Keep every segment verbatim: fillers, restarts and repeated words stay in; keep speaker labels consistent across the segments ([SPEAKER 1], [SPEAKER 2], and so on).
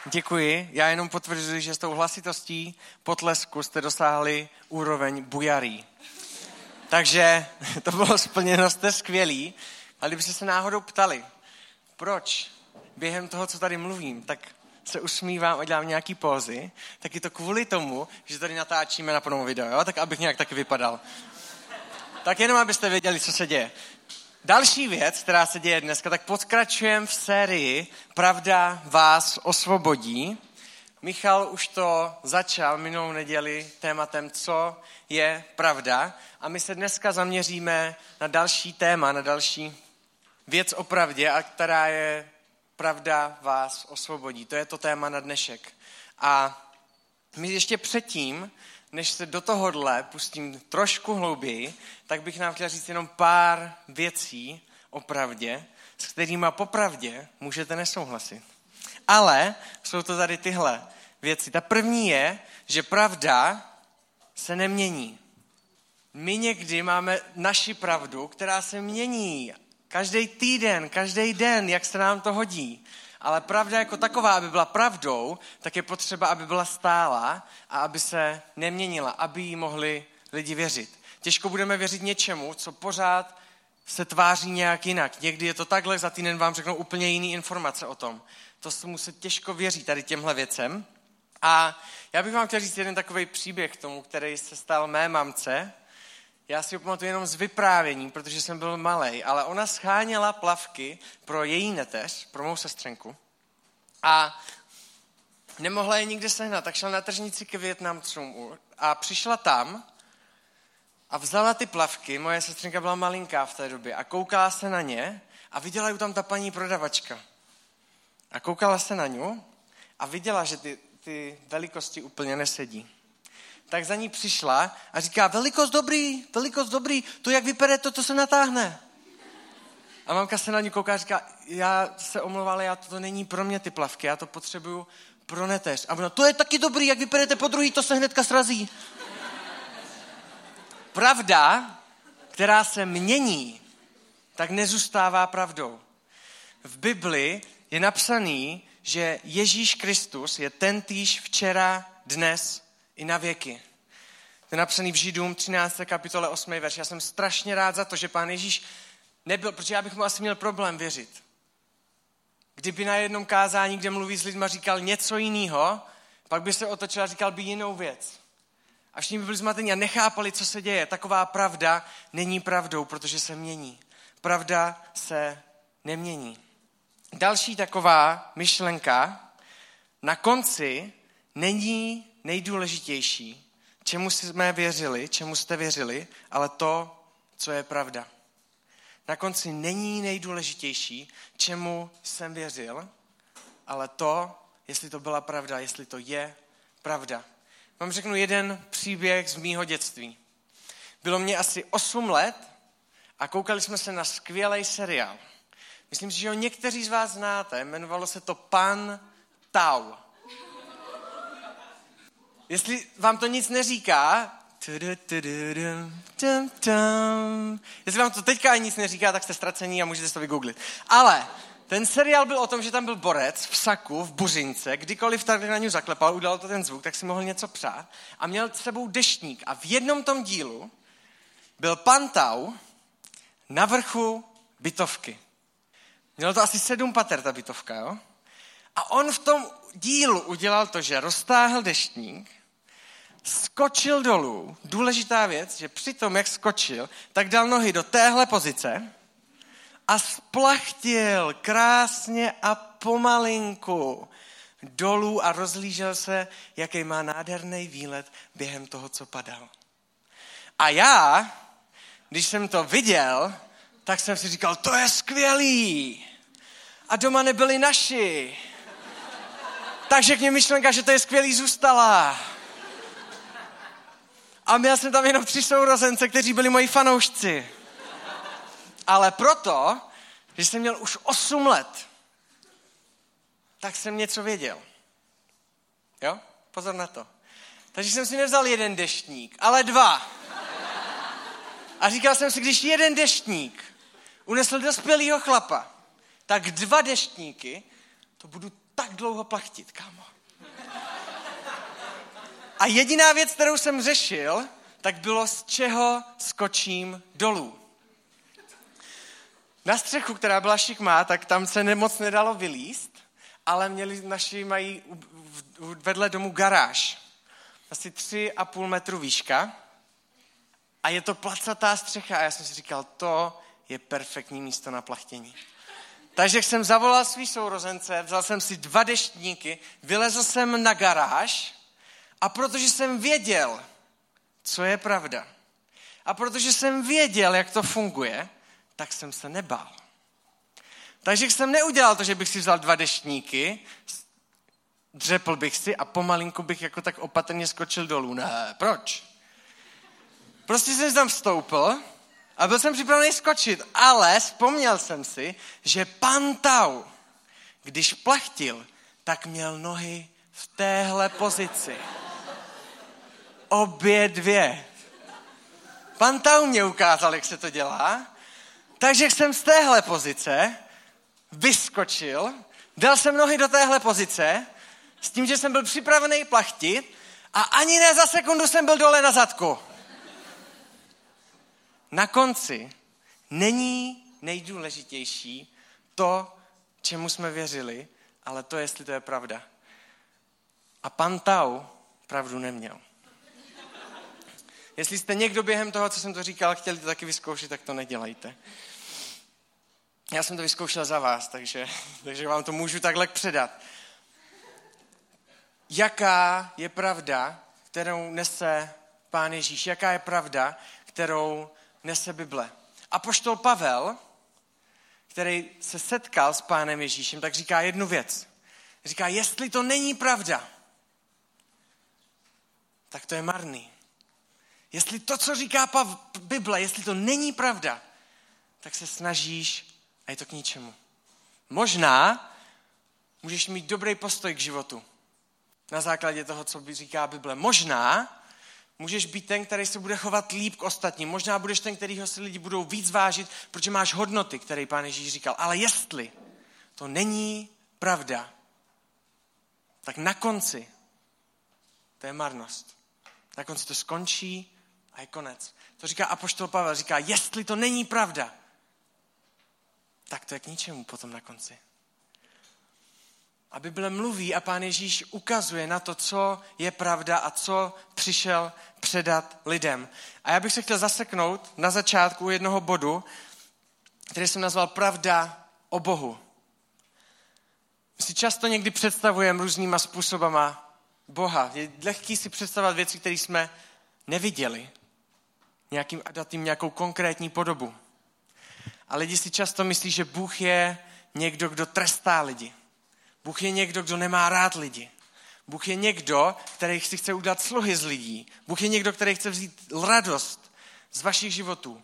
[SPEAKER 1] Děkuji. Já jenom potvrzuji, že s tou hlasitostí potlesku jste dosáhli úroveň bujarý. Takže to bylo splněno, jste skvělí. Ale kdybyste se náhodou ptali, proč během toho, co tady mluvím, tak se usmívám a dělám nějaký pózy, tak je to kvůli tomu, že tady natáčíme na plnou video, jo? Tak abych nějak taky vypadal. Tak jenom abyste věděli, co se děje. Další věc, která se děje dneska, tak pokračujeme v sérii Pravda vás osvobodí. Michal už to začal minulou neděli tématem, co je pravda. A my se dneska zaměříme na další téma, na další věc o pravdě, a která je Pravda vás osvobodí. To je to téma na dnešek. A my ještě předtím, než se do tohohle pustím trošku hlouběji, tak bych nám chtěl říct jenom pár věcí o pravdě, s kterými popravdě můžete nesouhlasit. Ale jsou to tady tyhle věci. Ta první je, že pravda se nemění. My někdy máme naši pravdu, která se mění každý týden, každý den, jak se nám to hodí. Ale pravda jako taková, aby byla pravdou, tak je potřeba, aby byla stálá a aby se neměnila, aby jí mohli lidi věřit. Těžko budeme věřit něčemu, co pořád se tváří nějak jinak. Někdy je to takhle, za týden vám řeknou úplně jiný informace o tom. To se mu se těžko věří tady těmhle věcem. A já bych vám chtěl říct jeden takový příběh k tomu, který se stal mé mamce. Já si ho pamatuju jenom z vyprávění, protože jsem byl malej, ale ona scháněla plavky pro její neteř, pro mou sestřenku. A nemohla je nikde sehnat, tak šla na tržnici k Vietnamcům a přišla tam a vzala ty plavky. Moje sestřenka byla malinká v té době a koukala se na ně a viděla ju tam ta paní prodavačka. A koukala se na ňu a viděla, že ty, ty velikosti úplně nesedí. Tak za ní přišla a říká, velikost dobrý, velikost dobrý, to jak vypere, to, to se natáhne. A mamka se na ní kouká a říká, já se omlouvám, ale já, to není pro mě ty plavky, já to potřebuju pro neteř. A ona, to je taky dobrý, jak vyperete po druhý, to se hnedka srazí. Pravda, která se mění, tak nezůstává pravdou. V Bibli je napsaný, že Ježíš Kristus je tentýž včera, dnes i na věky. To je napsaný v Židům třinácté kapitole osmý verš. Já jsem strašně rád za to, že Pán Ježíš nebyl, protože já bych mu asi měl problém věřit. Kdyby na jednom kázání, kde mluví s lidma, říkal něco jiného, pak by se otočil a říkal by jinou věc. A všichni by byli zmatení a nechápali, co se děje. Taková pravda není pravdou, protože se mění. Pravda se nemění. Další taková myšlenka, na konci není nejdůležitější, čemu jsme věřili, čemu jste věřili, ale to, co je pravda. Na konci není nejdůležitější, čemu jsem věřil, ale to, jestli to byla pravda, jestli to je pravda. Vám řeknu jeden příběh z mýho dětství. Bylo mě asi osm let a koukali jsme se na skvělý seriál. Myslím si, že ho někteří z vás znáte, jmenovalo se to Pan Tau. Jestli vám to nic neříká, jestli vám to teďka nic neříká, tak jste ztracení a můžete to vygooglit. Ale ten seriál byl o tom, že tam byl borec v saku, v buřince, kdykoliv tady na něj zaklepal, udělal to ten zvuk, tak si mohl něco přát a měl s sebou deštník. A v jednom tom dílu byl Pan Tau na vrchu bytovky. Mělo to asi sedm pater, ta bytovka, jo? A on v tom dílu udělal to, že roztáhl deštník, skočil dolů. Důležitá věc, že při tom, jak skočil, tak dal nohy do téhle pozice a splachtil krásně a pomalinku dolů a rozlížel se, jaký má nádherný výlet během toho, co padal. A já, když jsem to viděl, tak jsem si říkal, to je skvělý. A doma nebyli naši. Takže k něm myšlenka, že to je skvělý, zůstala. A měl jsem tam jenom tři sourozence, kteří byli moji fanoušci. Ale proto, že jsem měl už osm let, tak jsem něco věděl. Jo? Pozor na to. Takže jsem si nevzal jeden deštník, ale dva. A říkal jsem si, když jeden deštník unesl dospělýho chlapa, tak dva deštníky, to budu tak dlouho plachtit, kámo. A jediná věc, kterou jsem řešil, tak bylo, z čeho skočím dolů. Na střechu, která byla šikmá, tak tam se moc nedalo vylízt, ale měli naši mají vedle domu garáž. Asi tři a půl metru výška. A je to placatá střecha. A já jsem si říkal, to je perfektní místo na plachtění. Takže jsem zavolal svý sourozence, vzal jsem si dva deštníky, vylezl jsem na garáž a protože jsem věděl, co je pravda, a protože jsem věděl, jak to funguje, tak jsem se nebál. Takže jsem neudělal to, že bych si vzal dva deštníky, dřepl bych si a pomalinku bych jako tak opatrně skočil dolů. Ne, proč? Prostě jsem tam vstoupil a byl jsem připravený skočit, ale vzpomněl jsem si, že pan Tau, když plachtil, tak měl nohy v téhle pozici. Obě dvě. Pan Tau mě ukázal, jak se to dělá, takže jsem z téhle pozice vyskočil, dal jsem nohy do téhle pozice, s tím, že jsem byl připravený plachtit a ani ne za sekundu jsem byl dole na zadku. Na konci není nejdůležitější to, čemu jsme věřili, ale to, jestli to je pravda. A pan Tau pravdu neměl. Jestli jste někdo během toho, co jsem to říkal, chtěli to taky vyzkoušet, tak to nedělejte. Já jsem to vyzkoušel za vás, takže, takže vám to můžu takhle předat. Jaká je pravda, kterou nese Pán Ježíš? Jaká je pravda, kterou nese Bible? Apoštol Pavel, který se setkal s Pánem Ježíšem, tak říká jednu věc. Říká, jestli to není pravda, tak to je marný. Jestli to, co říká Pav- Bible, jestli to není pravda, tak se snažíš a je to k ničemu. Možná můžeš mít dobrý postoj k životu na základě toho, co říká Bible. Možná můžeš být ten, který se bude chovat líp k ostatním. Možná budeš ten, kterýho si lidi budou víc vážit, protože máš hodnoty, které Pán Ježíš říkal. Ale jestli to není pravda, tak na konci to je marnost. Na konci to skončí a je konec. To říká apoštol Pavel. Říká, jestli to není pravda, tak to je k ničemu potom na konci. A Bible mluví a Pán Ježíš ukazuje na to, co je pravda a co přišel předat lidem. A já bych se chtěl zaseknout na začátku jednoho bodu, který jsem nazval Pravda o Bohu. My si často někdy představujeme různýma způsobama Boha. Je lehký si představovat věci, které jsme neviděli. Nějakým a dát jim nějakou konkrétní podobu. A lidi si často myslí, že Bůh je někdo, kdo trestá lidi. Bůh je někdo, kdo nemá rád lidi. Bůh je někdo, který si chce udělat sluhy z lidí. Bůh je někdo, který chce vzít radost z vašich životů.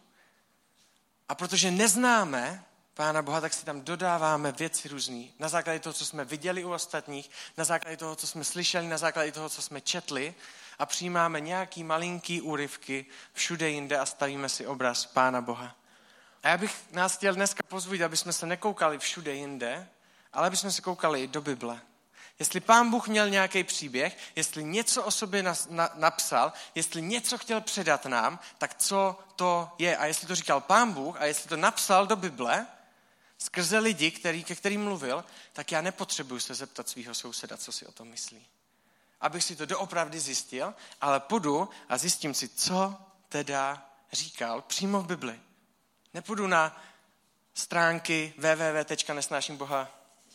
[SPEAKER 1] A protože neznáme Pána Boha, tak si tam dodáváme věci různý. Na základě toho, co jsme viděli u ostatních, na základě toho, co jsme slyšeli, na základě toho, co jsme četli a přijímáme nějaký malinký úryvky všude jinde a stavíme si obraz Pána Boha. A já bych nás chtěl dneska pozvat, aby jsme se nekoukali všude jinde, ale aby jsme se koukali do Bible. Jestli Pán Bůh měl nějaký příběh, jestli něco o sobě nas, na, napsal, jestli něco chtěl předat nám, tak co to je? A jestli to říkal Pán Bůh a jestli to napsal do Bible, skrze lidi, který, ke kterým mluvil, tak já nepotřebuji se zeptat svého souseda, co si o tom myslí. Abych si to doopravdy zjistil, ale půjdu a zjistím si, co teda říkal přímo v Bibli. Nepůjdu na stránky w w w tečka nesnášimboha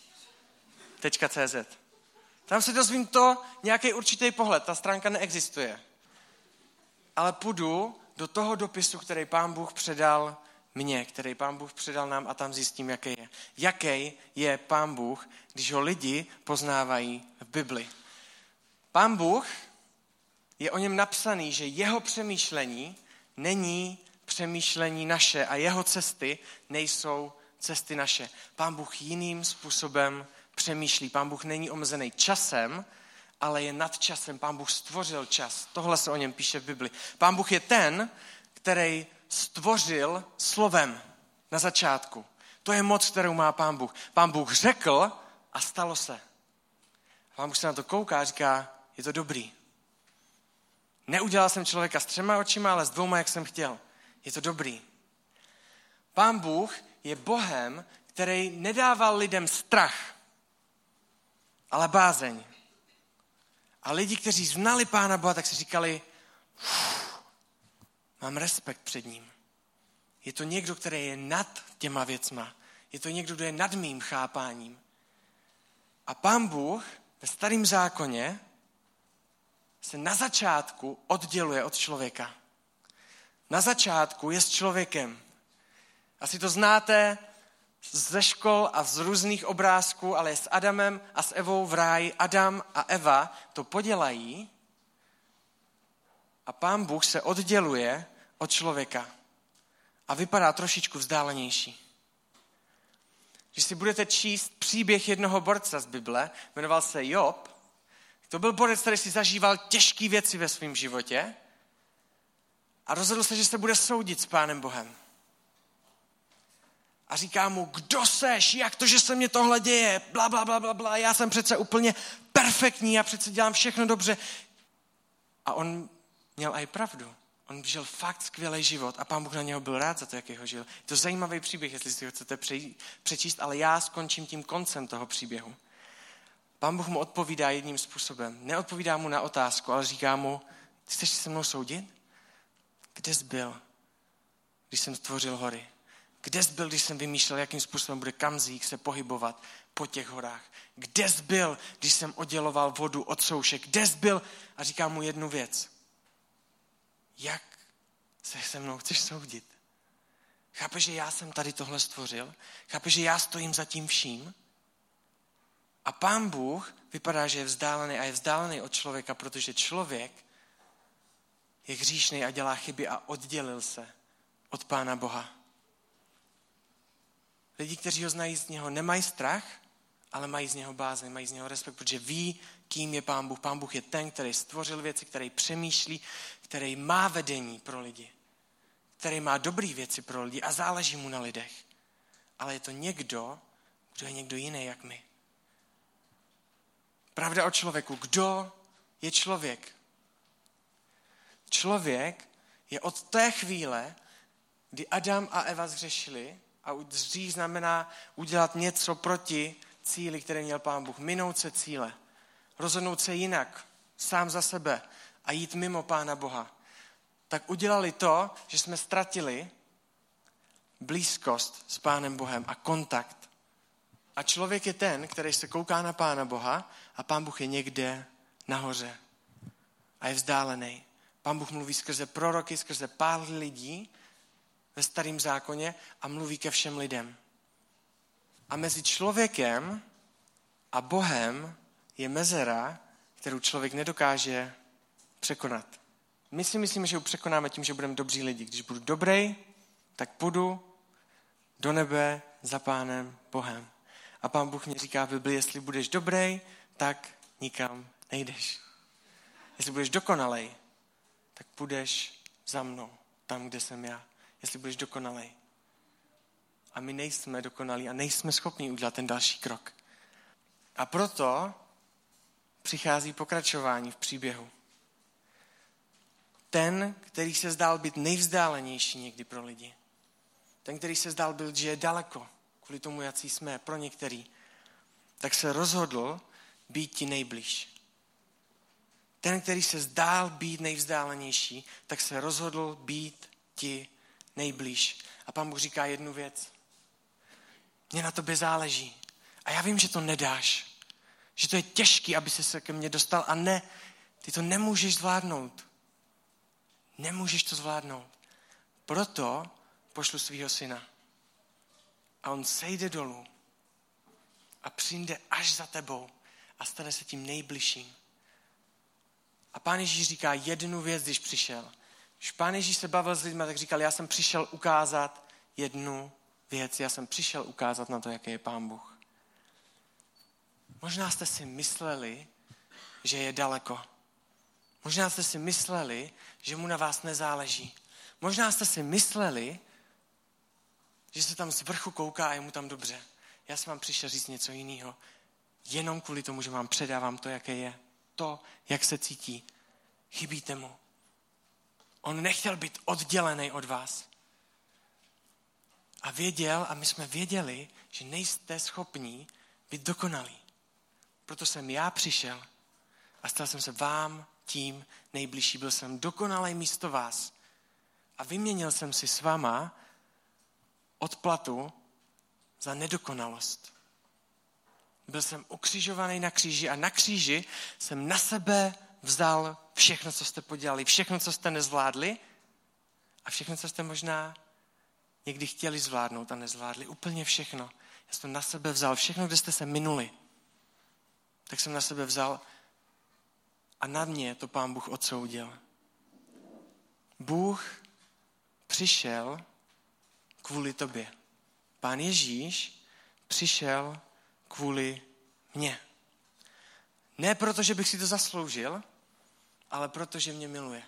[SPEAKER 1] tečka c z. Tam se dozvím to, nějaký určitý pohled, ta stránka neexistuje. Ale půjdu do toho dopisu, který Pán Bůh předal mně, který Pán Bůh předal nám a tam zjistím, jaký je. Jaký je Pán Bůh, když ho lidi poznávají v Bibli. Pán Bůh je o něm napsaný, že jeho přemýšlení není přemýšlení naše a jeho cesty nejsou cesty naše. Pán Bůh jiným způsobem přemýšlí. Pán Bůh není omezený časem, ale je nad časem. Pán Bůh stvořil čas. Tohle se o něm píše v Bibli. Pán Bůh je ten, který stvořil slovem na začátku. To je moc, kterou má Pán Bůh. Pán Bůh řekl a stalo se. Pán Bůh se na to kouká a říká, je to dobrý. Neudělal jsem člověka s třema očima, ale s dvouma, jak jsem chtěl. Je to dobrý. Pán Bůh je Bohem, který nedával lidem strach, ale bázeň. A lidi, kteří znali Pána Boha, tak si říkali, mám respekt před ním. Je to někdo, který je nad těma věcma. Je to někdo, kdo je nad mým chápáním. A Pán Bůh ve Starém zákoně se na začátku odděluje od člověka. Na začátku je s člověkem. Asi to znáte ze škol a z různých obrázků, ale s Adamem a s Evou v ráji. Adam a Eva to podělají a Pán Bůh se odděluje od člověka a vypadá trošičku vzdálenější. Když si budete číst příběh jednoho borce z Bible, jmenoval se Job, to byl borec, který si zažíval těžké věci ve svém životě a rozhodl se, že se bude soudit s Pánem Bohem. A říká mu, kdo seš, jak to, že se mě tohle děje, bla, bla, bla, bla, bla, já jsem přece úplně perfektní, já přece dělám všechno dobře. A on měl i pravdu. On žil fakt skvělý život a Pán Bůh na něho byl rád za to, jak ho žil. Je to zajímavý příběh, jestli si ho chcete přečíst, ale já skončím tím koncem toho příběhu. Pán Bůh mu odpovídá jedním způsobem. Neodpovídá mu na otázku, ale říká mu, ty chceš se mnou soudit? Kde jsi byl, když jsem stvořil hory? Kde jsi byl, když jsem vymýšlel, jakým způsobem bude kamzík se pohybovat po těch horách? Kde jsi byl, když jsem odděloval vodu od souše? Kde jsi byl? A říká mu jednu věc. Jak se se mnou chceš soudit? Chápeš, že já jsem tady tohle stvořil? Chápeš, že já stojím za tím vším? A Pán Bůh vypadá, že je vzdálený a je vzdálený od člověka, protože člověk je hříšný a dělá chyby a oddělil se od Pána Boha. Lidi, kteří ho znají z něho, nemají strach, ale mají z něho bázeň, mají z něho respekt, protože ví, kým je Pán Bůh. Pán Bůh je ten, který stvořil věci, který přemýšlí, který má vedení pro lidi, který má dobré věci pro lidi a záleží mu na lidech. Ale je to někdo, kdo je někdo jiný jak my. Pravda o člověku. Kdo je člověk? Člověk je od té chvíle, kdy Adam a Eva zřešili, a zřích znamená udělat něco proti cíli, které měl Pán Bůh. Minout se cíle. Rozhodnout se jinak. Sám za sebe. A jít mimo Pána Boha. Tak udělali to, že jsme ztratili blízkost s Pánem Bohem a kontakt. A člověk je ten, který se kouká na Pána Boha a Pán Bůh je někde nahoře. A je vzdálený. Pán Bůh mluví skrze proroky, skrze pár lidí, ve Starém zákoně a mluví ke všem lidem. A mezi člověkem a Bohem je mezera, kterou člověk nedokáže překonat. My si myslíme, že ji překonáme tím, že budeme dobří lidi. Když budu dobrý, tak půjdu do nebe za Pánem Bohem. A Pán Bůh mě říká v Biblii, jestli budeš dobrý, tak nikam nejdeš. Jestli budeš dokonalej, tak půjdeš za mnou, tam, kde jsem já. Jestli budeš dokonalej. A my nejsme dokonalí a nejsme schopni udělat ten další krok. A proto přichází pokračování v příběhu. Ten, který se zdál být nejvzdálenější někdy pro lidi. Ten, který se zdál být, že je daleko, kvůli tomu, jací jsme pro některý, tak se rozhodl být ti nejbliž. Ten, který se zdál být nejvzdálenější, tak se rozhodl být ti nejblíž. A Pán Bůh říká jednu věc. Mně na tobě záleží. A já vím, že to nedáš. Že to je těžký, aby se ke mně dostal. A ne, ty to nemůžeš zvládnout. Nemůžeš to zvládnout. Proto pošlu svýho syna. A on sejde dolů. A přijde až za tebou. A stane se tím nejbližším. A Pán Ježíš říká jednu věc, když přišel. Když Pán Ježíš se bavil s lidmi, tak říkal, já jsem přišel ukázat jednu věc. Já jsem přišel ukázat na to, jaký je Pán Bůh. Možná jste si mysleli, že je daleko. Možná jste si mysleli, že mu na vás nezáleží. Možná jste si mysleli, že se tam z vrchu kouká a je mu tam dobře. Já jsem vám přišel říct něco jiného. jenom kvůli tomu, že vám předávám to, jaké je. To, jak se cítí. Chybíte mu. On nechtěl být oddělený od vás. A věděl, a my jsme věděli, že nejste schopní být dokonalí. Proto jsem já přišel a stal jsem se vám tím nejbližší. Byl jsem dokonalý místo vás. A vyměnil jsem si s váma odplatu za nedokonalost. Byl jsem ukřižovaný na kříži a na kříži jsem na sebe vzal všechno, co jste podělali, všechno, co jste nezvládli a všechno, co jste možná někdy chtěli zvládnout a nezvládli. Úplně všechno. Já jsem na sebe vzal všechno, kde jste se minuli. Tak jsem na sebe vzal a na mě to Pán Bůh odsoudil. Bůh přišel kvůli tobě. Pán Ježíš přišel kvůli mně. Ne proto, že bych si to zasloužil, ale proto, že mě miluje.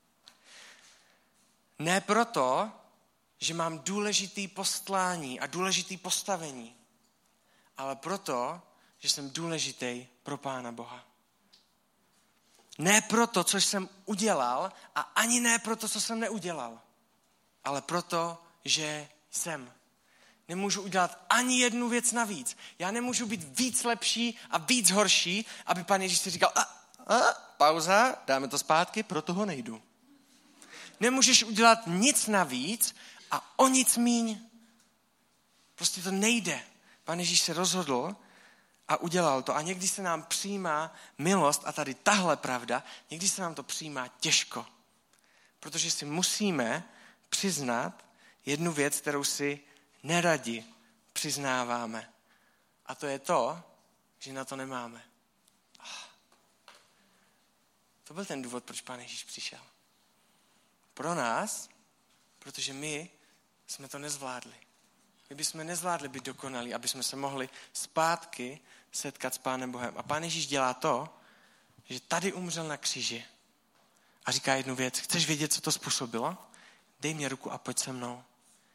[SPEAKER 1] Ne proto, že mám důležitý poslání a důležitý postavení, ale proto, že jsem důležitý pro Pána Boha. Ne proto, co jsem udělal a ani ne proto, co jsem neudělal, ale proto, že jsem. Nemůžu udělat ani jednu věc navíc. Já nemůžu být víc lepší a víc horší, aby Pán Ježíš si říkal, a, a, pauza, dáme to zpátky, pro toho nejdu. Nemůžeš udělat nic navíc a o nic míň. Prostě to nejde. Pán Ježíš se rozhodl a udělal to. A někdy se nám přijímá milost, a tady tahle pravda, někdy se nám to přijímá těžko. Protože si musíme přiznat jednu věc, kterou si neradi přiznáváme. A to je to, že na to nemáme. To byl ten důvod, proč Pán Ježíš přišel. Pro nás, protože my jsme to nezvládli. My bychom nezvládli být dokonalí, aby jsme se mohli zpátky setkat s Pánem Bohem. A Pán Ježíš dělá to, že tady umřel na kříži a říká jednu věc. Chceš vědět, co to způsobilo? Dej mě ruku a pojď se mnou.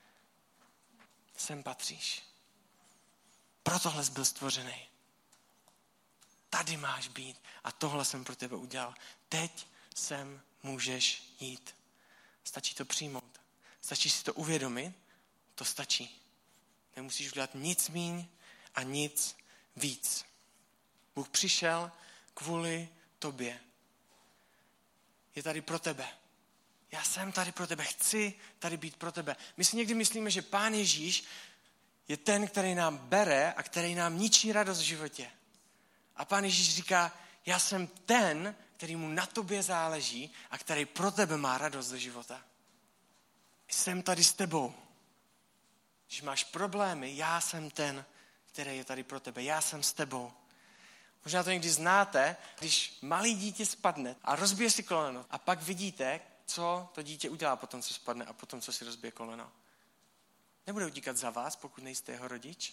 [SPEAKER 1] Sem patříš. Pro tohle jsi byl stvořený. Tady máš být a tohle jsem pro tebe udělal. Teď sem můžeš jít. Stačí to přijmout. Stačí si to uvědomit. To stačí. Nemusíš udělat nic míň a nic víc. Bůh přišel kvůli tobě. Je tady pro tebe. Já jsem tady pro tebe. Chci tady být pro tebe. My si někdy myslíme, že Pán Ježíš je ten, který nám bere a který nám ničí radost v životě. A Pán Ježíš říká, já jsem ten, který mu na tobě záleží a který pro tebe má radost do života. Jsem tady s tebou. Když máš problémy, já jsem ten, který je tady pro tebe. Já jsem s tebou. Možná to někdy znáte, když malý dítě spadne a rozbije si koleno a pak vidíte, co to dítě udělá potom, co spadne a potom, co si rozbije koleno. Nebude utíkat za vás, pokud nejste jeho rodič.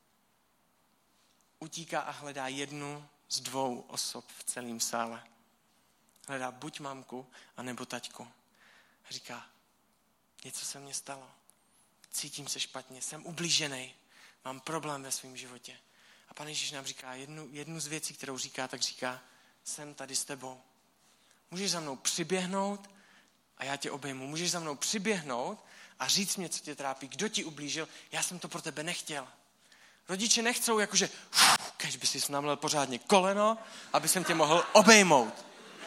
[SPEAKER 1] Utíká a hledá jednu z dvou osob v celém sále. Hledá buď mamku, anebo taťku. A říká, něco se mně stalo. Cítím se špatně, jsem ublížený, mám problém ve svém životě. A Pán Ježíš nám říká, jednu, jednu z věcí, kterou říká, tak říká, jsem tady s tebou. Můžeš za mnou přiběhnout a já tě obejmu. Můžeš za mnou přiběhnout a říct mě, co tě trápí, kdo ti ublížil, já jsem to pro tebe nechtěl. Rodiče nechcou, jakože, kež by si namlel pořádně koleno, aby jsem tě mohl obejmout.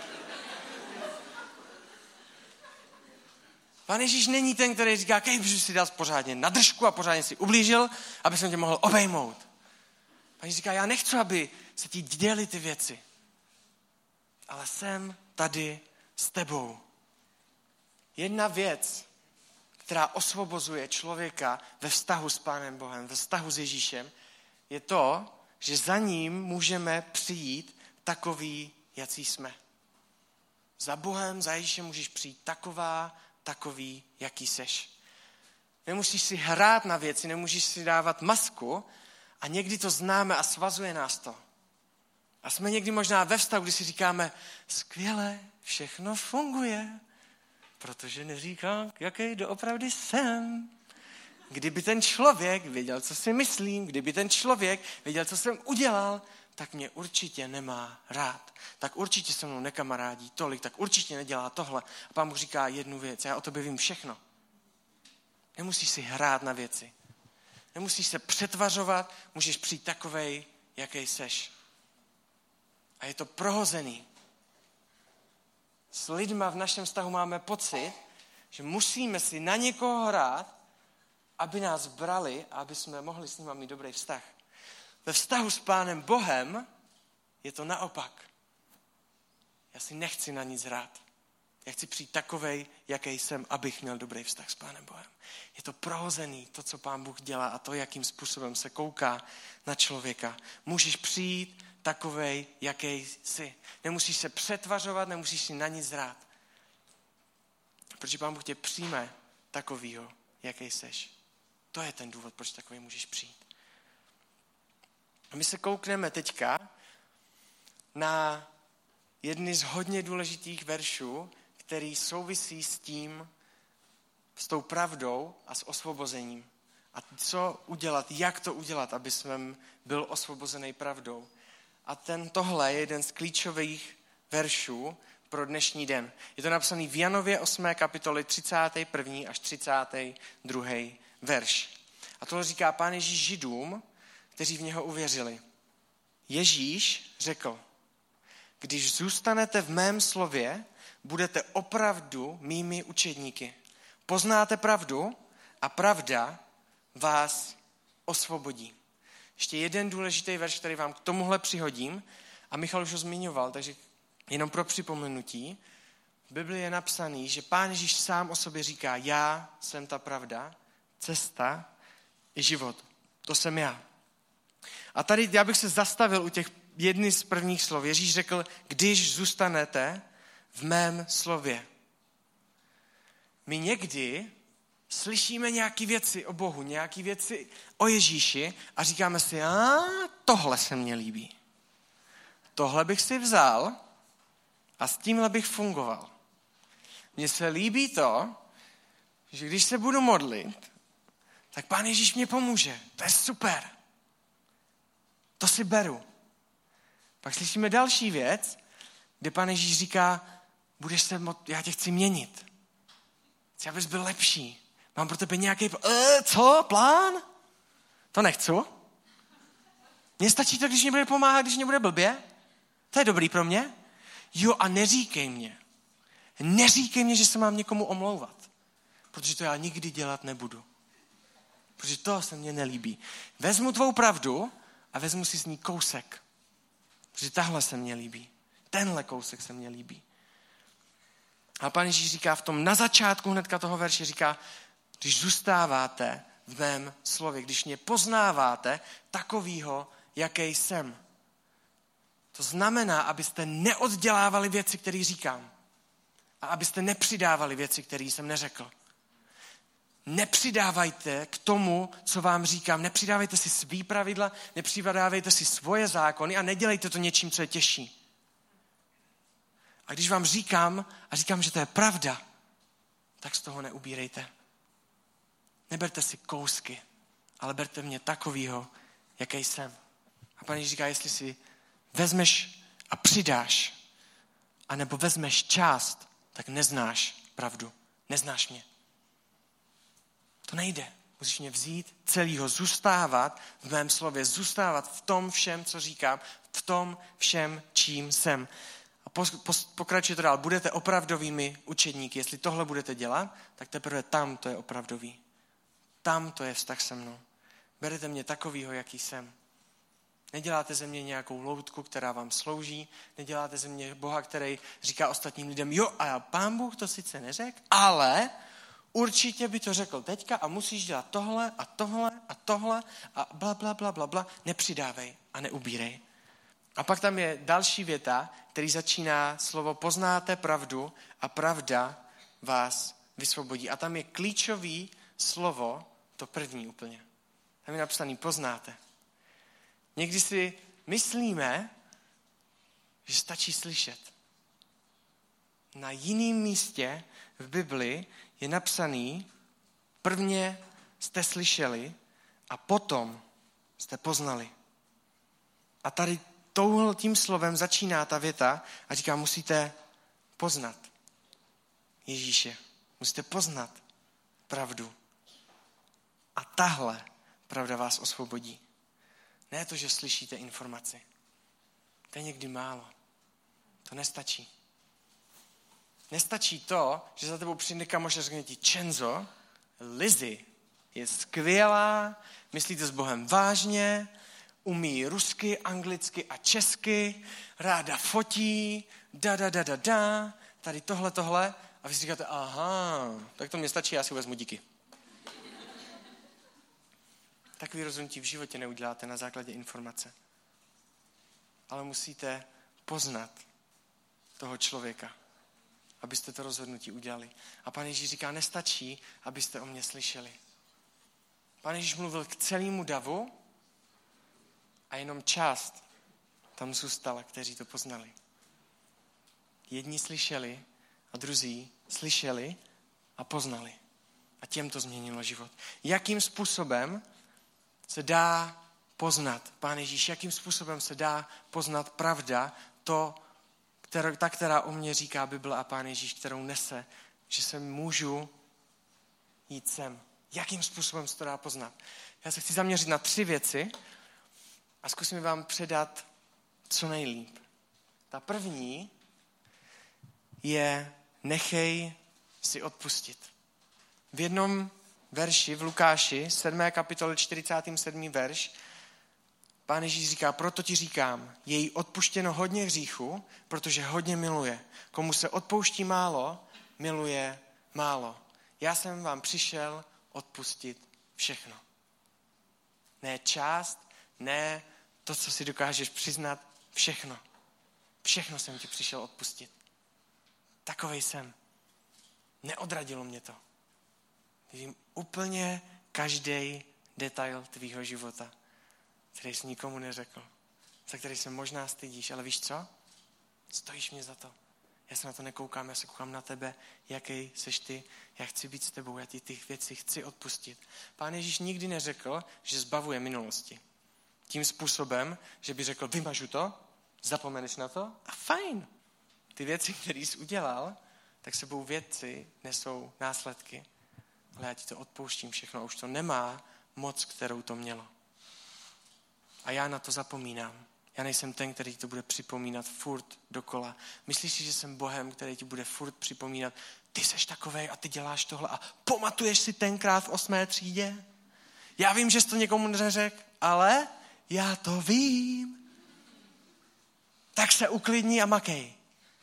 [SPEAKER 1] Pán Ježíš není ten, který říká, kež by si dal pořádně na držku a pořádně si ublížil, aby jsem tě mohl obejmout. Pán Ježíš říká, já nechci, aby se ti děly ty věci, ale jsem tady s tebou. Jedna věc, která osvobozuje člověka ve vztahu s Pánem Bohem, ve vztahu s Ježíšem, je to, že za ním můžeme přijít takový, jací jsme. Za Bohem, za Ježíšem můžeš přijít taková, takový, jaký seš. Nemusíš si hrát na věci, nemůžeš si dávat masku a někdy to známe a svazuje nás to. A jsme někdy možná ve vztahu, kdy si říkáme, skvěle, všechno funguje, protože neříkám, jaký doopravdy jsem. Kdyby ten člověk věděl, co si myslím, kdyby ten člověk věděl, co jsem udělal, tak mě určitě nemá rád. Tak určitě se mnou nekamarádí tolik, tak určitě nedělá tohle. A Pán Bůh říká jednu věc, já o tobě vím všechno. Nemusíš si hrát na věci. Nemusíš se přetvařovat, můžeš přijít takovej, jaký seš. A je to prohozený. S lidma v našem vztahu máme pocit, že musíme si na někoho hrát, aby nás brali a aby jsme mohli s nimi mít dobrý vztah. Ve vztahu s Pánem Bohem je to naopak. Já si nechci na nic hrát. Já chci přijít takovej, jaký jsem, abych měl dobrý vztah s Pánem Bohem. Je to prohozený, to, co Pán Bůh dělá a to, jakým způsobem se kouká na člověka. Můžeš přijít takovej, jaký jsi. Nemusíš se přetvařovat, nemusíš si na nic hrát. Protože Pán Bůh tě přijme takovýho, jaký seš. To je ten důvod, proč takový můžeš přijít. A my se koukneme teďka na jedny z hodně důležitých veršů, který souvisí s tím, s tou pravdou a s osvobozením. A co udělat, jak to udělat, aby jsem byl osvobozený pravdou. A ten tohle je jeden z klíčových veršů pro dnešní den. Je to napsaný v Janově osmé kapitoli třicátý první až třicátý druhý verš. A tohle říká Pán Ježíš Židům, kteří v něho uvěřili. Ježíš řekl, když zůstanete v mém slově, budete opravdu mými učedníky. Poznáte pravdu a pravda vás osvobodí. Ještě jeden důležitý verš, který vám k tomuhle přihodím, a Michal už ho zmiňoval, takže jenom pro připomenutí. V Biblii je napsaný, že Pán Ježíš sám o sobě říká, já jsem ta pravda, cesta i život. To jsem já. A tady já bych se zastavil u těch jedny z prvních slov. Ježíš řekl, když zůstanete v mém slově. My někdy slyšíme nějaké věci o Bohu, nějaké věci o Ježíši a říkáme si, a tohle se mně líbí. Tohle bych si vzal a s tímhle bych fungoval. Mně se líbí to, že když se budu modlit, tak Pán Ježíš mě pomůže. To je super. To si beru. Pak slyšíme další věc, kde Pán Ježíš říká, budeš se, já tě chci měnit. Chci, abys byl lepší. Mám pro tebe nějaký, e, co, plán? To nechci. Mně stačí to, když mě bude pomáhat, když mě bude blbě. To je dobrý pro mě. Jo, a neříkej mě. Neříkej mě, že se mám někomu omlouvat. Protože to já nikdy dělat nebudu. Protože to se mně nelíbí. Vezmu tvou pravdu a vezmu si z ní kousek. Protože tahle se mně líbí. Tenhle kousek se mně líbí. A Pán Ježíš říká v tom na začátku hnedka toho verše, říká, když zůstáváte v mém slově, když mě poznáváte takovýho, jaký jsem. To znamená, abyste neoddělávali věci, které říkám. A abyste nepřidávali věci, které jsem neřekl. Nepřidávajte k tomu, co vám říkám. Nepřidávejte si svý pravidla, nepřidávejte si svoje zákony a nedělejte to něčím, co je těžší. A když vám říkám a říkám, že to je pravda, tak z toho neubírejte. Neberte si kousky, ale berte mě takovýho, jaký jsem. A Pán Ježíš říká, jestli si vezmeš a přidáš, anebo vezmeš část, tak neznáš pravdu. Neznáš mě. To nejde. Musíš mě vzít celýho, zůstávat v mém slově, zůstávat v tom všem, co říkám, v tom všem, čím jsem. A pokračuje to dál. Budete opravdovými učedníky. Jestli tohle budete dělat, tak teprve tam to je opravdový. Tam to je vztah se mnou. Berete mě takovýho, jaký jsem. Neděláte ze mě nějakou loutku, která vám slouží. Neděláte ze mě Boha, který říká ostatním lidem, jo, a Pán Bůh to sice neřekl, ale určitě by to řekl teďka a musíš dělat tohle a tohle a tohle a bla, bla, bla, bla, bla. Nepřidávej a neubírej. A pak tam je další věta, který začíná slovo poznáte pravdu a pravda vás vysvobodí. A tam je klíčový slovo, to první úplně. Tam je napsaný poznáte. Někdy si myslíme, že stačí slyšet. Na jiném místě v Bibli je napsaný, prvně jste slyšeli a potom jste poznali. A tady touhle tím slovem začíná ta věta a říká, musíte poznat Ježíše. Musíte poznat pravdu. A tahle pravda vás osvobodí. Ne to, že slyšíte informaci. To je někdy málo. To nestačí. Nestačí to, že za tebou přijde kamoš a řekne ti, Čenzo, Lizzy je skvělá, myslí to s Bohem vážně, umí rusky, anglicky a česky, ráda fotí, da, da, da, da, da, tady tohle, tohle. A vy si říkáte, aha, tak to mě stačí, já si vezmu díky. Takový rozhodnutí v životě neuděláte na základě informace. Ale musíte poznat toho člověka, abyste to rozhodnutí udělali. A Pán Ježíš říká, nestačí, abyste o mě slyšeli. Pán Ježíš mluvil k celému davu a jenom část tam zůstala, kteří to poznali. Jedni slyšeli a druzí slyšeli a poznali. A těm to změnilo život. Jakým způsobem se dá poznat, Pán Ježíš, jakým způsobem se dá poznat pravda, to, která, ta, která o mě říká Bible a Pán Ježíš, kterou nese, že se můžu jít sem. Jakým způsobem se to dá poznat? Já se chci zaměřit na tři věci a zkusím vám předat co nejlíp. Ta první je nechej si odpustit. V jednom verši v Lukáši, sedmé kapitole, čtyřicátý sedmý verš, Pán Ježíš říká, proto ti říkám, je jí odpuštěno hodně hříchu, protože hodně miluje. Komu se odpouští málo, miluje málo. Já jsem vám přišel odpustit všechno. Ne část, ne to, co si dokážeš přiznat, všechno. Všechno jsem ti přišel odpustit. Takovej jsem. Neodradilo mě to. Vím úplně každý detail tvýho života, který jsi nikomu neřekl, za který se možná stydíš, ale víš co? Stojíš mě za to. Já se na to nekoukám, já se koukám na tebe, jaký seš ty, já chci být s tebou, já ti ty věci chci odpustit. Pán Ježíš nikdy neřekl, že zbavuje minulosti. Tím způsobem, že by řekl, vymažu to, zapomeneš na to a fajn. Ty věci, které jsi udělal, tak sebou věci nesou následky. Ale já ti to odpouštím všechno a už to nemá moc, kterou to mělo. A já na to zapomínám. Já nejsem ten, který ti to bude připomínat furt dokola. Myslíš si, že jsem Bohem, který ti bude furt připomínat, ty seš takovej a ty děláš tohle a pamatuješ si tenkrát v osmé třídě? Já vím, že jsi to někomu neřekl, ale já to vím. Tak se uklidni a makej.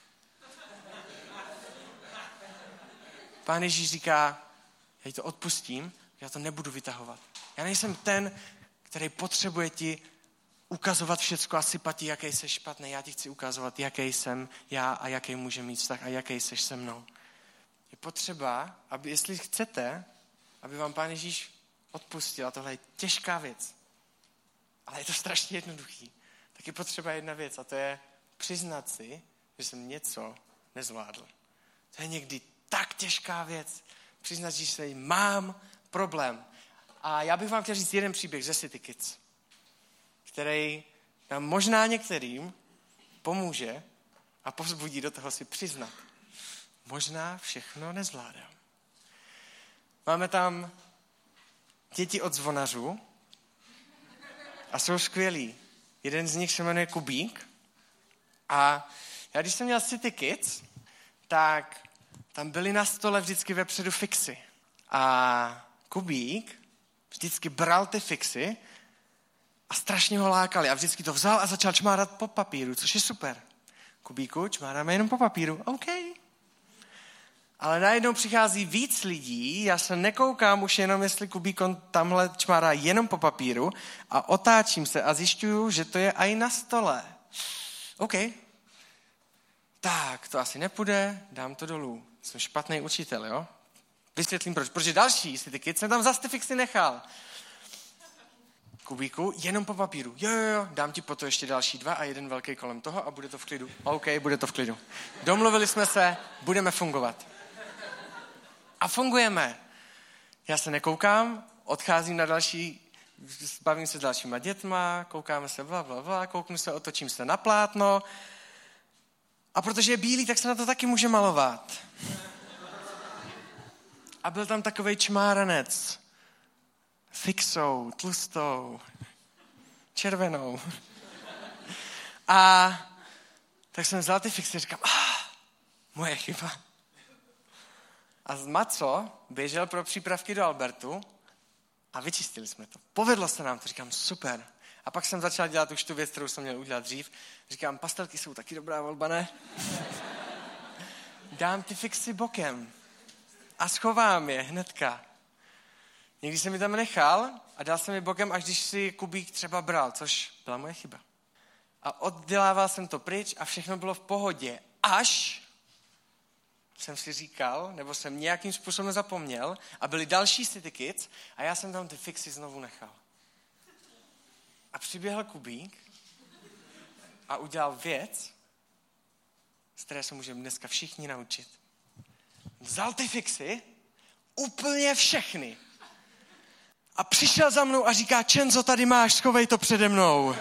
[SPEAKER 1] Pán Ježíš říká, já ti to odpustím, já to nebudu vytahovat. Já nejsem ten, který potřebuje ti ukazovat všecko a sypat ti, jaký jsi špatný. Já ti chci ukazovat, jaký jsem já a jaký může mít vztah a jaký jsi se mnou. Je potřeba, aby, jestli chcete, aby vám Pán Ježíš odpustil, a tohle je těžká věc, ale je to strašně jednoduchý, tak je potřeba jedna věc a to je přiznat si, že jsem něco nezvládl. To je někdy tak těžká věc. Přiznat, že se mám problém. A já bych vám chtěl říct jeden příběh ze City Kids, který nám možná některým pomůže a povzbudí do toho si přiznat. Možná všechno nezvládám. Máme tam děti od zvonařů a jsou skvělí. Jeden z nich se jmenuje Kubík a já když jsem měl City Kids, tak tam byly na stole vždycky vepředu fixy. A Kubík vždycky bral ty fixy a strašně ho lákali. A vždycky to vzal a začal čmárat po papíru, což je super. Kubíku, čmáráme jenom po papíru. OK. Ale najednou přichází víc lidí, já se nekoukám už jenom, jestli Kubík on tamhle čmárá jenom po papíru a otáčím se a zjišťuju, že to je i na stole. OK. Tak, to asi nepůjde, dám to dolů. Jsem špatný učitel, jo? Vysvětlím proč. Protože další si ty kids jsem tam zase ty fixy nechal. Kubíku, jenom po papíru. Jo, jo, jo, dám ti po to ještě další dva a jeden velký kolem toho a bude to v klidu. OK, bude to v klidu. Domluvili jsme se, budeme fungovat. A fungujeme. Já se nekoukám, odcházím na další bavím se s dalšíma dětma, koukáme se bla, bla, bla, kouknu se, otočím se na plátno. A protože je bílý, tak se na to taky může malovat. A byl tam takovej čmáranec. Fixou, tlustou, červenou. A tak jsem vzal ty fixy a říkám, ah, moje chyba. A Maco běžel pro přípravky do Albertu a vyčistili jsme to. Povedlo se nám to, říkám, super. A pak jsem začal dělat už tu věc, kterou jsem měl udělat dřív. Říkám, pastelky jsou taky dobrá volba, ne? Dám ty fixy bokem a schovám je hnedka. Někdy jsem mi tam nechal a dal jsem je bokem, až když si Kubík třeba bral, což byla moje chyba. A oddělával jsem to pryč a všechno bylo v pohodě. Až jsem si říkal, nebo jsem nějakým způsobem zapomněl a byly další City Kids a já jsem tam ty fixy znovu nechal. A přiběhl Kubík a udělal věc, z které se můžeme dneska všichni naučit. Vzal ty fixy, úplně všechny. A přišel za mnou a říká, Čenzo, tady máš, schovej to přede mnou.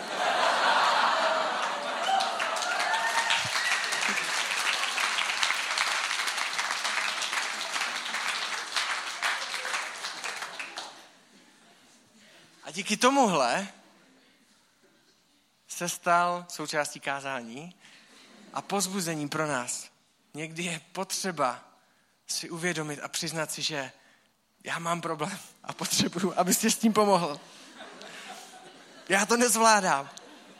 [SPEAKER 1] A díky tomuhle se stal součástí kázání a povzbuzení pro nás. Někdy je potřeba si uvědomit a přiznat si, že já mám problém a potřebuju, abys ti s tím pomohl. Já to nezvládám.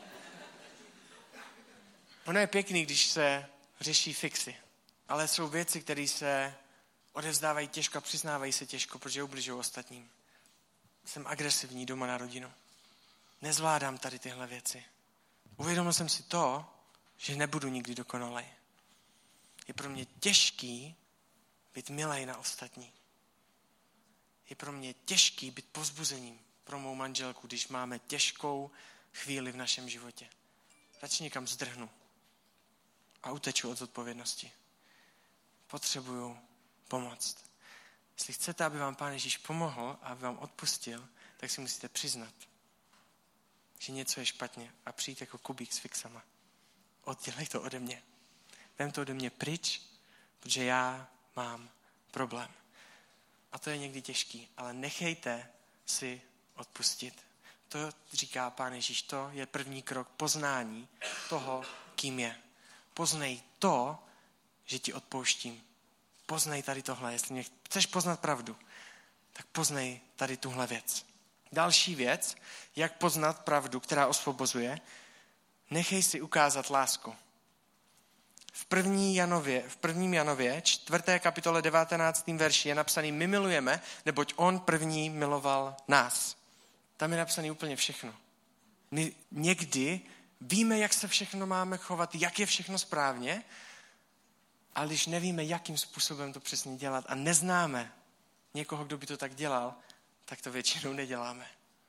[SPEAKER 1] Ono je pěkný, když se řeší fixy, ale jsou věci, které se odevzdávají těžko a přiznávají se těžko, protože ubližují ostatním. Jsem agresivní doma na rodinu. Nezvládám tady tyhle věci. Uvědomil jsem si to, že nebudu nikdy dokonalej. Je pro mě těžký být milej na ostatní. Je pro mě těžký být povzbuzením pro mou manželku, když máme těžkou chvíli v našem životě. Radši někam zdrhnu a uteču od zodpovědnosti. Potřebuju pomoct. Jestli chcete, aby vám Pán Ježíš pomohl a aby vám odpustil, tak si musíte přiznat, že něco je špatně a přijít jako Kubík s fixama. Oddělej to ode mě. Vem to ode mě pryč, protože já mám problém. A to je někdy těžký, ale nechejte si odpustit. To říká Pán Ježíš, to je první krok poznání toho, kým je. Poznej to, že ti odpouštím. Poznej tady tohle. Jestli mě chceš poznat pravdu, tak poznej tady tuhle věc. Další věc, jak poznat pravdu, která osvobozuje, nechej si ukázat lásku. V první Janově, v prvním Janově, čtvrté kapitole devatenáctém verši je napsaný, my milujeme, neboť on první miloval nás. Tam je napsaný úplně všechno. My někdy víme, jak se všechno máme chovat, jak je všechno správně, ale když nevíme, jakým způsobem to přesně dělat a neznáme někoho, kdo by to tak dělal, tak to většinou neděláme.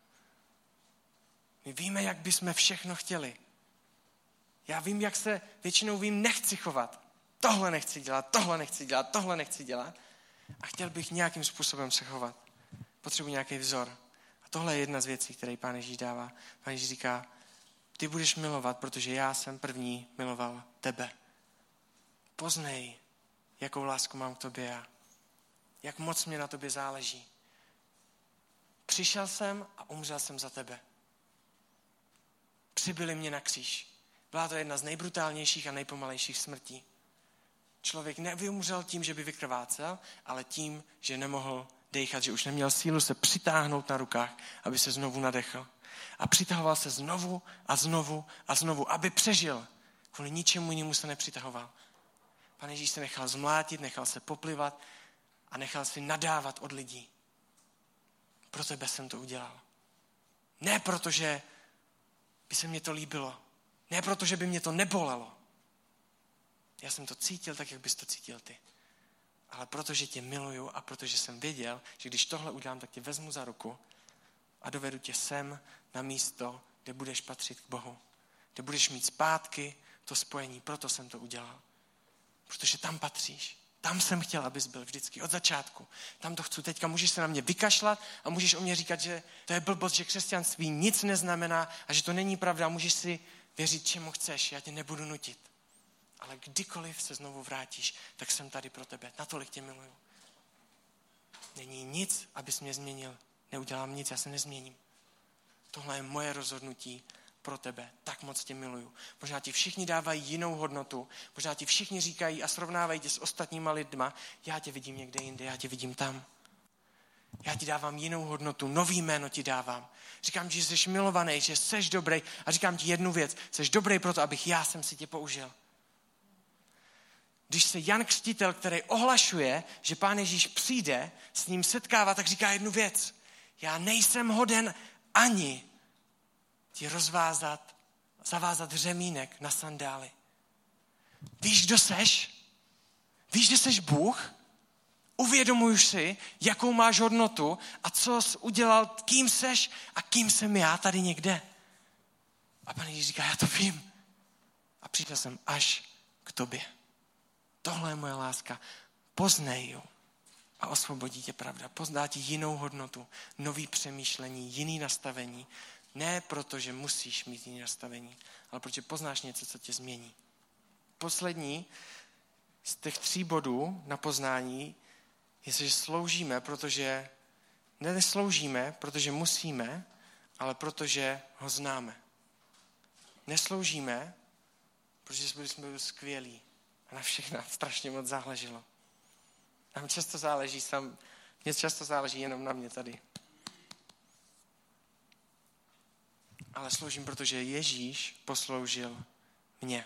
[SPEAKER 1] My víme, jak bychom všechno chtěli. Já vím, jak se většinou vím, nechci chovat. Tohle nechci dělat, tohle nechci dělat, tohle nechci dělat. A chtěl bych nějakým způsobem se chovat. Potřebuji nějaký vzor. A tohle je jedna z věcí, které Pán Ježíš dává. Pán Ježíš říká, ty budeš milovat, protože já jsem první miloval tebe. Poznej, jakou lásku mám k tobě já. Jak moc mě na tobě záleží. Přišel jsem a umřel jsem za tebe. Přibili mě na kříž. Byla to jedna z nejbrutálnějších a nejpomalejších smrtí. Člověk nevyumřel tím, že by vykrvácel, ale tím, že nemohl dejchat, že už neměl sílu se přitáhnout na rukách, aby se znovu nadechl. A přitahoval se znovu a znovu a znovu, aby přežil. Kvůli ničemu jinému se nepřitahoval. Pán Ježíš se nechal zmlátit, nechal se poplivat a nechal si nadávat od lidí. Pro tebe jsem to udělal. Ne protože by se mně to líbilo. Ne protože by mě to nebolelo. Já jsem to cítil tak, jak bys to cítil ty. Ale protože tě miluju a protože jsem věděl, že když tohle udělám, tak tě vezmu za ruku a dovedu tě sem na místo, kde budeš patřit k Bohu. Kde budeš mít zpátky to spojení. Proto jsem to udělal. Protože tam patříš. Tam jsem chtěl, abys byl vždycky, od začátku. Tam to chci teďka, můžeš se na mě vykašlat a můžeš o mě říkat, že to je blbost, že křesťanství nic neznamená a že to není pravda. Můžeš si věřit, čemu chceš, já tě nebudu nutit. Ale kdykoliv se znovu vrátíš, tak jsem tady pro tebe. Natolik tě miluju. Není nic, abys mě změnil. Neudělám nic, já se nezměním. Tohle je moje rozhodnutí pro tebe. Tak moc tě miluju. Možná ti všichni dávají jinou hodnotu. Možná ti všichni říkají a srovnávají tě s ostatníma lidma. Já tě vidím někde jinde, já tě vidím tam. Já ti dávám jinou hodnotu, nový jméno ti dávám. Říkám ti, že jsi milovaný, že jsi dobrý a říkám ti jednu věc. Jsi dobrý proto, abych já jsem si tě použil. Když se Jan Křtitel, který ohlašuje, že Pán Ježíš přijde, s ním setkává, tak říká jednu věc. Já nejsem hoden ani ti rozvázat, zavázat řemínek na sandály. Víš, kdo seš? Víš, že seš Bůh? Uvědomuj si, jakou máš hodnotu a co jsi udělal, kým seš a kým jsem já tady někde. A Pán Ježíš říká, já to vím. A přišel jsem až k tobě. Tohle je moje láska. Poznej ji a osvobodí tě pravda. Pozdá ti jinou hodnotu, nový přemýšlení, jiný nastavení. Ne proto, že musíš mít jiné nastavení, ale protože poznáš něco, co tě změní. Poslední z těch tří bodů na poznání je, že sloužíme, protože ne nesloužíme, protože musíme, ale protože ho známe. Nesloužíme, protože jsme byli skvělí a na všech nám strašně moc záleželo. Nám často záleží, sam, mně často záleží jenom na mě tady. Ale sloužím, protože Ježíš posloužil mě.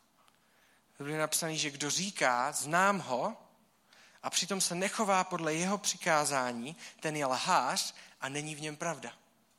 [SPEAKER 1] To bylo napsané, že kdo říká, znám ho, a přitom se nechová podle jeho přikázání, ten je lhář a není v něm pravda.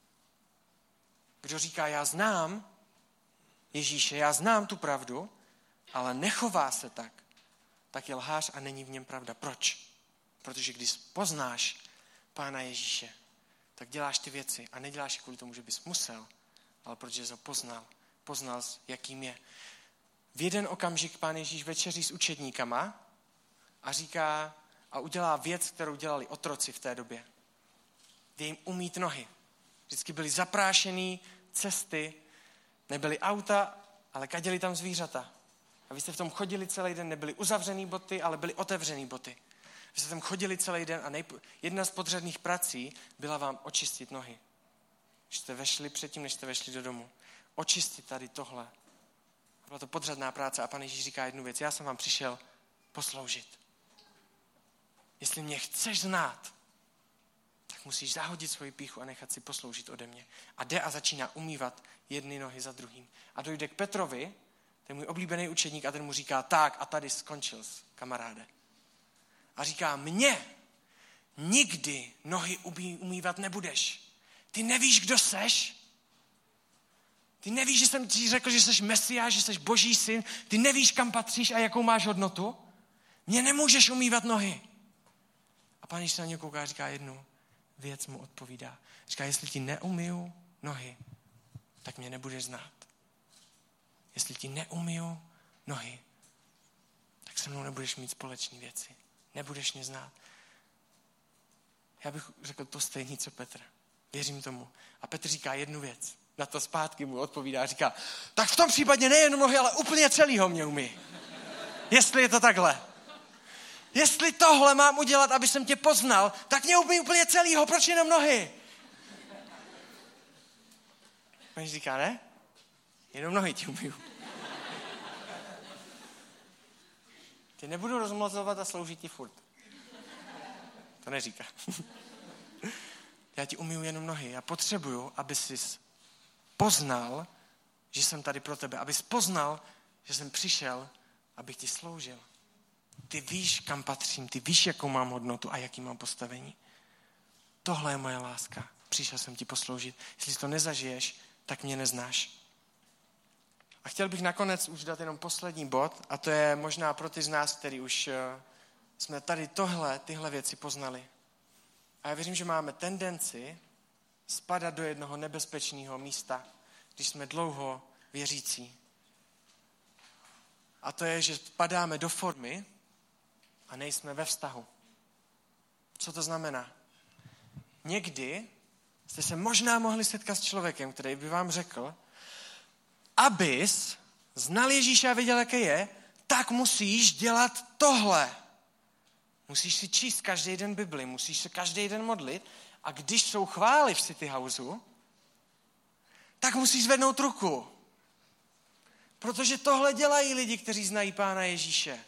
[SPEAKER 1] Kdo říká, já znám Ježíše, já znám tu pravdu, ale nechová se tak, tak je lhář a není v něm pravda. Proč? Protože když poznáš Pána Ježíše, tak děláš ty věci a neděláš je kvůli tomu, že bys musel, ale protože jsi ho poznal. Poznal jsi, jakým je. V jeden okamžik Pán Ježíš večeří s učedníkama a říká a udělá věc, kterou dělali otroci v té době. Jde jim umýt nohy. Vždycky byly zaprášený cesty, nebyly auta, ale kaděli tam zvířata. A vy jste v tom chodili celý den, nebyly uzavřený boty, ale byly otevřený boty. Vy jste tam chodili celý den a nejp- jedna z podřadných prací byla vám očistit nohy. Když jste vešli předtím, než jste vešli do domu. Očistit tady tohle. Byla to podřadná práce a Pán Ježíš říká jednu věc. Já jsem vám přišel posloužit. Jestli mě chceš znát, tak musíš zahodit svoji pýchu a nechat si posloužit ode mě. A jde a začíná umývat jedny nohy za druhým. A dojde k Petrovi, ten můj oblíbený učedník, a ten mu říká, tak a tady skončil jsi, kamaráde. A říká, mně nikdy nohy umývat nebudeš. Ty nevíš, kdo seš? Ty nevíš, že jsem ti řekl, že jsi Mesiáš, že jsi Boží syn? Ty nevíš, kam patříš a jakou máš hodnotu? Mně nemůžeš umývat nohy. A Pán Ježíš na něj kouká a říká jednu věc, mu odpovídá. Říká, jestli ti neumyju nohy, tak mě nebudeš znát. Jestli ti neumyju nohy, tak se mnou nebudeš mít společné věci. Nebudeš mě znát. Já bych řekl to stejný, co Petr. Věřím tomu. A Petr říká jednu věc. Na to zpátky mu odpovídá a říká, tak v tom případě nejen nohy, ale úplně celýho mě umí. Jestli je to takhle. Jestli tohle mám udělat, aby jsem tě poznal, tak mě umí úplně celýho, proč jenom nohy? Pán říká, ne? Jenom nohy ti umiju. Tě nebudu rozmlozovat a sloužit ti furt. To neříká. Já ti umiju jenom nohy. Já potřebuju, aby jsi poznal, že jsem tady pro tebe. Abys poznal, že jsem přišel, abych ti sloužil. Ty víš, kam patřím. Ty víš, jakou mám hodnotu a jaký mám postavení. Tohle je moje láska. Přišel jsem ti posloužit. Jestli to nezažiješ, tak mě neznáš. A chtěl bych nakonec už dát jenom poslední bod, a to je možná pro ty z nás, kteří už jsme tady tohle, tyhle věci poznali. A já věřím, že máme tendenci spadat do jednoho nebezpečného místa, když jsme dlouho věřící. A to je, že padáme do formy a nejsme ve vztahu. Co to znamená? Někdy jste se možná mohli setkat s člověkem, který by vám řekl, abys znal Ježíše a věděl, jaký je, tak musíš dělat tohle. Musíš si číst každý den Bibli, musíš se každý den modlit a když jsou chvály v City Houseu, tak musíš zvednout ruku. Protože tohle dělají lidi, kteří znají Pána Ježíše.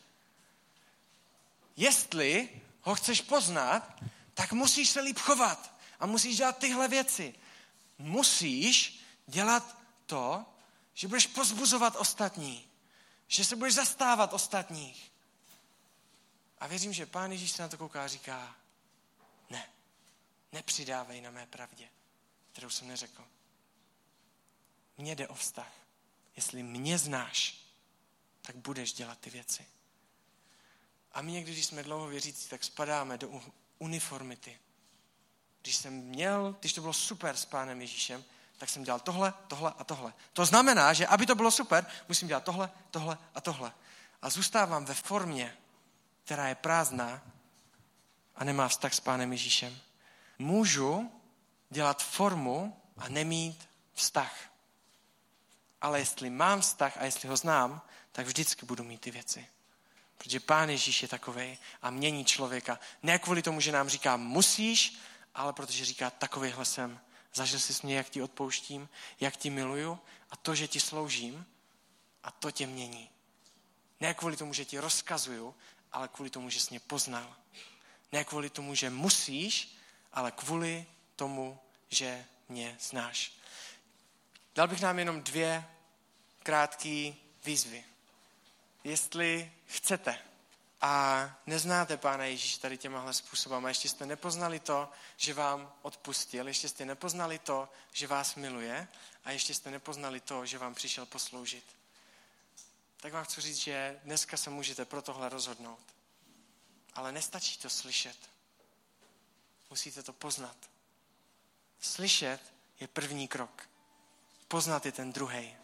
[SPEAKER 1] Jestli ho chceš poznat, tak musíš se líp chovat a musíš dělat tyhle věci. Musíš dělat to, že budeš pozbuzovat ostatní, že se budeš zastávat ostatních. A věřím, že Pán Ježíš se na to kouká a říká, ne, nepřidávej na mé pravdě, kterou jsem neřekl. Mně jde o vztah. Jestli mě znáš, tak budeš dělat ty věci. A my někdy, když jsme dlouho věřící, tak spadáme do uniformity. Když jsem měl, když to bylo super s Pánem Ježíšem, tak jsem dělal tohle, tohle a tohle. To znamená, že aby to bylo super, musím dělat tohle, tohle a tohle. A zůstávám ve formě, která je prázdná a nemá vztah s Pánem Ježíšem. Můžu dělat formu a nemít vztah. Ale jestli mám vztah a jestli ho znám, tak vždycky budu mít ty věci. Protože Pán Ježíš je takovej a mění člověka. Ne kvůli tomu, že nám říká musíš, ale protože říká takovejhle jsem. Zažil jsi mě, jak ti odpouštím, jak ti miluju a to, že ti sloužím a to tě mění. Ne kvůli tomu, že ti rozkazuju, ale kvůli tomu, že jsi mě poznal. Ne kvůli tomu, že musíš, ale kvůli tomu, že mě znáš. Dal bych nám jenom dvě krátké výzvy. Jestli chcete a neznáte Pána Ježíše tady těmahle způsobama, ještě jste nepoznali to, že vám odpustil, ještě jste nepoznali to, že vás miluje a ještě jste nepoznali to, že vám přišel posloužit. Tak vám chci říct, že dneska se můžete pro tohle rozhodnout. Ale nestačí to slyšet. Musíte to poznat. Slyšet je první krok. Poznat je ten druhý.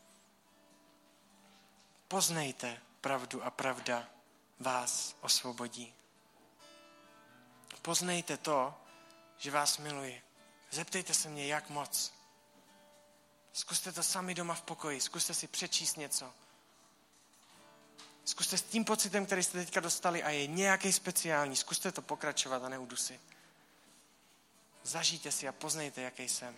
[SPEAKER 1] Poznejte pravdu a pravda vás osvobodí. Poznejte to, že vás miluji. Zeptejte se mě, jak moc. Zkuste to sami doma v pokoji. Zkuste si přečíst něco. Zkuste s tím pocitem, který jste teďka dostali a je nějaký speciální, zkuste to pokračovat a neudusit. Zažijte si a poznejte, jaký jsem.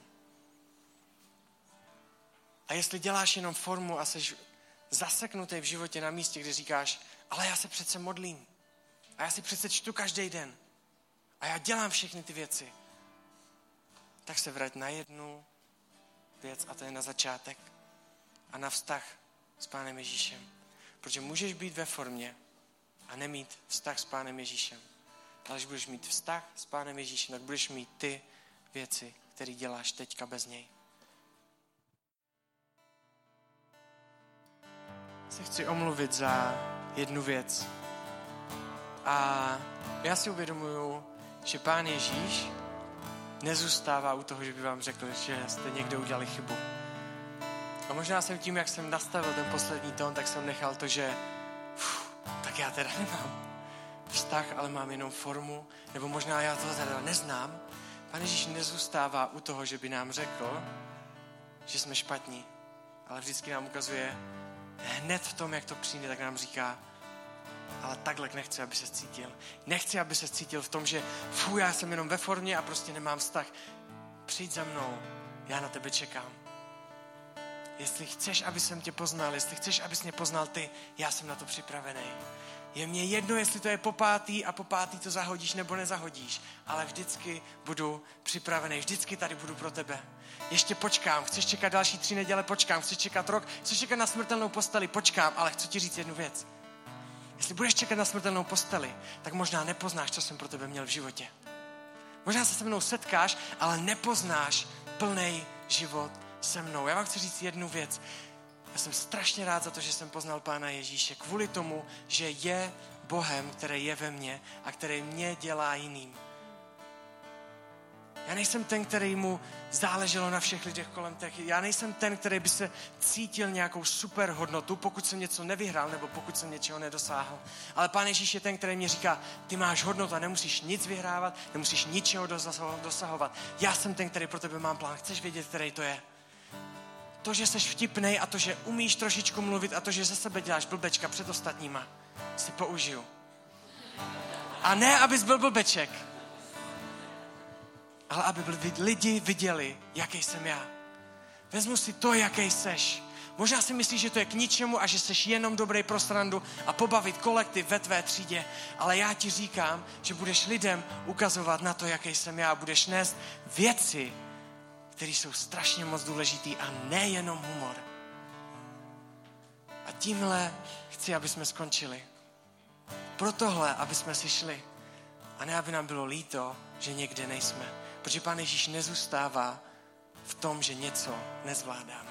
[SPEAKER 1] A jestli děláš jenom formu a jsi zaseknutý v životě na místě, kde říkáš, ale já se přece modlím. A já si přece čtu každý den. A já dělám všechny ty věci. Tak se vrať na jednu věc a to je na začátek. A na vztah s Pánem Ježíšem. Protože můžeš být ve formě a nemít vztah s Pánem Ježíšem. Ale když budeš mít vztah s Pánem Ježíšem, tak budeš mít ty věci, které děláš teďka bez něj. Se chci omluvit za jednu věc. A já si uvědomuju, že Pán Ježíš nezůstává u toho, že by vám řekl, že jste někde udělali chybu. A možná jsem tím, jak jsem nastavil ten poslední tón, tak jsem nechal to, že uf, tak já teda nemám vztah, ale mám jenom formu, nebo možná já to teda neznám. Pán Ježíš nezůstává u toho, že by nám řekl, že jsme špatní, ale vždycky nám ukazuje hned v tom, jak to přijde, tak nám říká, ale takhle nechci, aby se cítil. Nechci, aby se cítil v tom, že fů, já jsem jenom ve formě a prostě nemám vztah. Přijď za mnou, já na tebe čekám. Jestli chceš, aby jsem tě poznal, jestli chceš, abys mě poznal ty, já jsem na to připravený. Je mně jedno, jestli to je po pátý a po pátý to zahodíš nebo nezahodíš, ale vždycky budu připravený, vždycky tady budu pro tebe. Ještě počkám, chceš čekat další tři neděle, počkám, chceš čekat rok, chceš čekat na smrtelnou posteli, počkám, ale chci ti říct jednu věc. Jestli budeš čekat na smrtelnou posteli, tak možná nepoznáš, co jsem pro tebe měl v životě. Možná se se mnou setkáš, ale nepoznáš plnej život se mnou. Já vám chci říct jednu věc. Já jsem strašně rád za to, že jsem poznal Pána Ježíše. Kvůli tomu, že je Bohem, který je ve mně a který mě dělá jiným. Já nejsem ten, který mu záleželo na všech lidech kolem těch. Já nejsem ten, který by se cítil nějakou super hodnotu, pokud jsem něco nevyhrál nebo pokud jsem něčeho nedosáhl. Ale Pán Ježíš je ten, který mi říká, ty máš hodnotu a nemusíš nic vyhrávat, nemusíš ničeho dosahovat. Já jsem ten, který pro tebe mám plán. Chceš vědět, který to je? To, že jsi vtipnej a to, že umíš trošičku mluvit a to, že ze sebe děláš blbečka před ostatníma, si použiju. A ne, abys byl blbeček, ale aby lidi viděli, jaký jsem já. Vezmu si to, jaký seš. Možná si myslíš, že to je k ničemu a že seš jenom dobrý pro srandu a pobavit kolektiv ve tvé třídě, ale já ti říkám, že budeš lidem ukazovat na to, jaký jsem já. Budeš nést věci, které jsou strašně moc důležitý a nejenom humor. A tímhle chci, aby jsme skončili. Pro tohle, aby jsme si šli. A ne, aby nám bylo líto, že někde nejsme. Protože Pán Ježíš nezůstává v tom, že něco nezvládáme.